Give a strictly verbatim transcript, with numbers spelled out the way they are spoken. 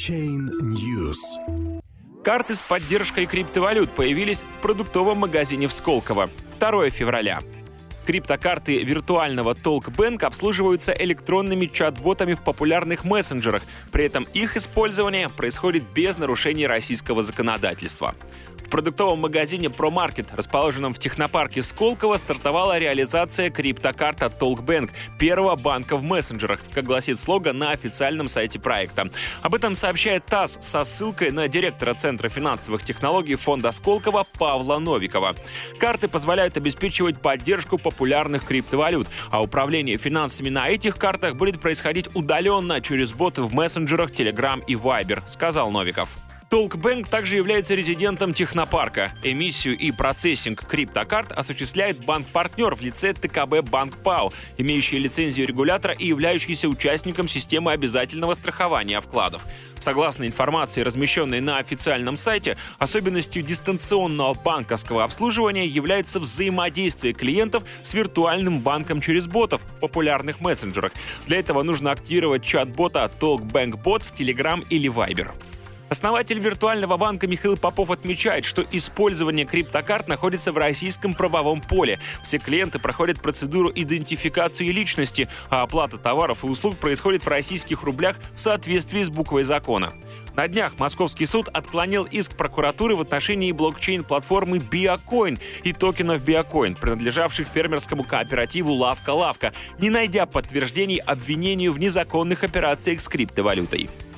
Блокчейн News. Карты с поддержкой криптовалют появились в продуктовом магазине в Сколково. второго февраля. Криптокарты виртуального Talkbank обслуживаются электронными чат-ботами в популярных мессенджерах. При этом их использование происходит без нарушений российского законодательства. В продуктовом магазине ProMarket, расположенном в технопарке Сколково, стартовала реализация криптокарта Talkbank, первого банка в мессенджерах, как гласит слоган на официальном сайте проекта. Об этом сообщает ТАСС со ссылкой на директора Центра финансовых технологий фонда Сколково Павла Новикова. Карты позволяют обеспечивать поддержку популярных криптовалют, а управление финансами на этих картах будет происходить удаленно через боты в мессенджерах Telegram и Viber, сказал Новиков. Talkbank также является резидентом технопарка. Эмиссию и процессинг криптокарт осуществляет банк-партнер в лице ТКБ Банк ПАО, имеющий лицензию регулятора и являющийся участником системы обязательного страхования вкладов. Согласно информации, размещенной на официальном сайте, особенностью дистанционного банковского обслуживания является взаимодействие клиентов с виртуальным банком через ботов в популярных мессенджерах. Для этого нужно активировать чат-бота Talkbank Bot в Telegram или Viber. Основатель виртуального банка Михаил Попов отмечает, что использование криптокарт находится в российском правовом поле. Все клиенты проходят процедуру идентификации личности, а оплата товаров и услуг происходит в российских рублях в соответствии с буквой закона. На днях московский суд отклонил иск прокуратуры в отношении блокчейн-платформы Биокоин и токенов Биокоин, принадлежавших фермерскому кооперативу «Лавка-Лавка», не найдя подтверждений обвинению в незаконных операциях с криптовалютой.